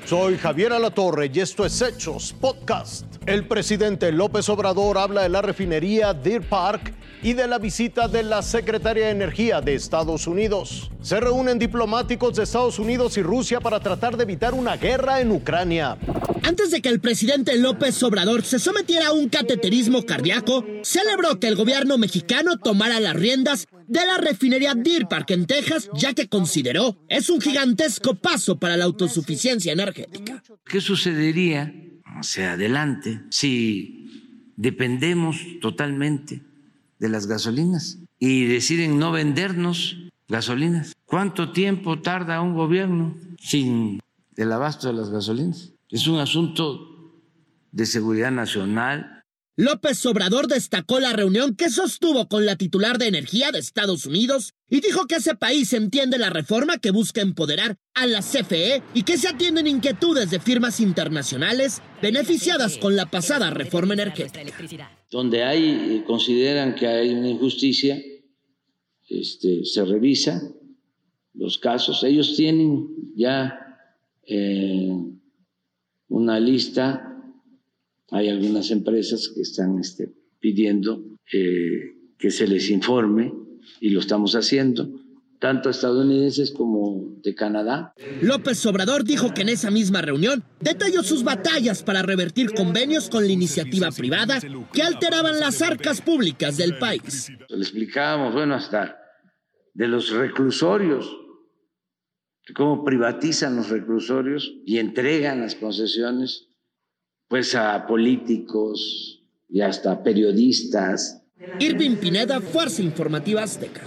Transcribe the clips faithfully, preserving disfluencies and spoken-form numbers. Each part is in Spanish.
Soy Javier Alatorre y esto es Hechos Podcast. El presidente López Obrador habla de la refinería Deer Park y de la visita de la secretaria de Energía de Estados Unidos. Se reúnen diplomáticos de Estados Unidos y Rusia para tratar de evitar una guerra en Ucrania. Antes de que el presidente López Obrador se sometiera a un cateterismo cardíaco, celebró que el gobierno mexicano tomara las riendas de la refinería Deer Park en Texas, ya que consideró es un gigantesco paso para la autosuficiencia energética. ¿Qué sucedería hacia adelante si dependemos totalmente de las gasolinas y deciden no vendernos gasolinas? ¿Cuánto tiempo tarda un gobierno sin el abasto de las gasolinas? Es un asunto de seguridad nacional. López Obrador destacó la reunión que sostuvo con la titular de Energía de Estados Unidos y dijo que ese país entiende la reforma que busca empoderar a la C F E y que se atienden inquietudes de firmas internacionales beneficiadas con la pasada reforma energética. Donde hay, consideran que hay una injusticia, este, se revisa los casos. Ellos tienen ya eh, una lista. Hay algunas empresas que están este, pidiendo eh, que se les informe y lo estamos haciendo, tanto estadounidenses como de Canadá. López Obrador dijo que en esa misma reunión detalló sus batallas para revertir convenios con la iniciativa privada que alteraban las arcas públicas del país. Le explicábamos, bueno, hasta de los reclusorios, cómo privatizan los reclusorios y entregan las concesiones pues a políticos y hasta periodistas. Irving Pineda, Fuerza Informativa Azteca.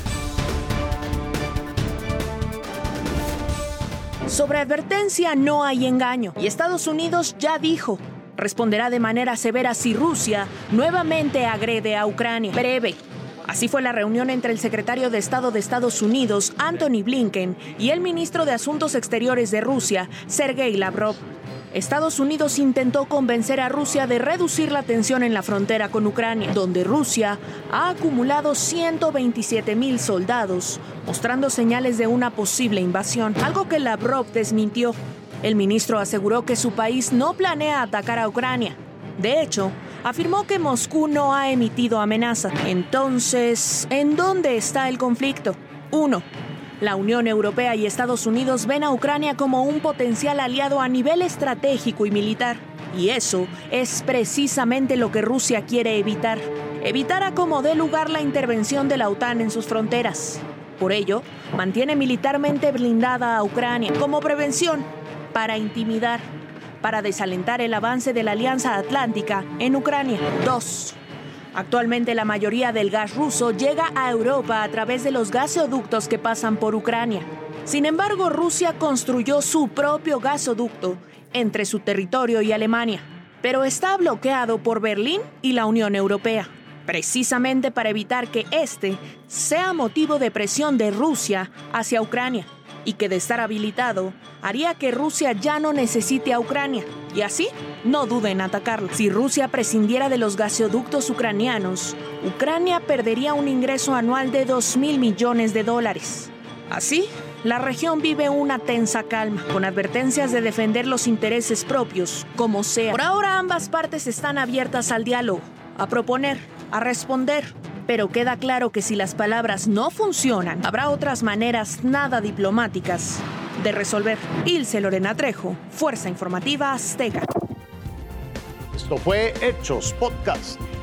Sobre advertencia no hay engaño, y Estados Unidos ya dijo, responderá de manera severa si Rusia nuevamente agrede a Ucrania. Breve. Así fue la reunión entre el secretario de Estado de Estados Unidos, Antony Blinken, y el ministro de Asuntos Exteriores de Rusia, Sergei Lavrov. Estados Unidos intentó convencer a Rusia de reducir la tensión en la frontera con Ucrania, donde Rusia ha acumulado ciento veintisiete mil soldados, mostrando señales de una posible invasión, algo que Lavrov desmintió. El ministro aseguró que su país no planea atacar a Ucrania. De hecho, afirmó que Moscú no ha emitido amenaza. Entonces, ¿en dónde está el conflicto? Uno. La Unión Europea y Estados Unidos ven a Ucrania como un potencial aliado a nivel estratégico y militar. Y eso es precisamente lo que Rusia quiere evitar. Evitar a como dé lugar la intervención de la OTAN en sus fronteras. Por ello, mantiene militarmente blindada a Ucrania como prevención, para intimidar, para desalentar el avance de la Alianza Atlántica en Ucrania. Dos. Actualmente la mayoría del gas ruso llega a Europa a través de los gasoductos que pasan por Ucrania. Sin embargo, Rusia construyó su propio gasoducto entre su territorio y Alemania, pero está bloqueado por Berlín y la Unión Europea, precisamente para evitar que este sea motivo de presión de Rusia hacia Ucrania, y que de estar habilitado haría que Rusia ya no necesite a Ucrania, y así no dude en atacarla. Si Rusia prescindiera de los gasoductos ucranianos, Ucrania perdería un ingreso anual de dos mil millones de dólares. Así, la región vive una tensa calma, con advertencias de defender los intereses propios, como sea. Por ahora ambas partes están abiertas al diálogo, a proponer, a responder. Pero queda claro que si las palabras no funcionan, habrá otras maneras nada diplomáticas de resolver. Ilse Lorena Trejo, Fuerza Informativa Azteca. Esto fue Hechos Podcast.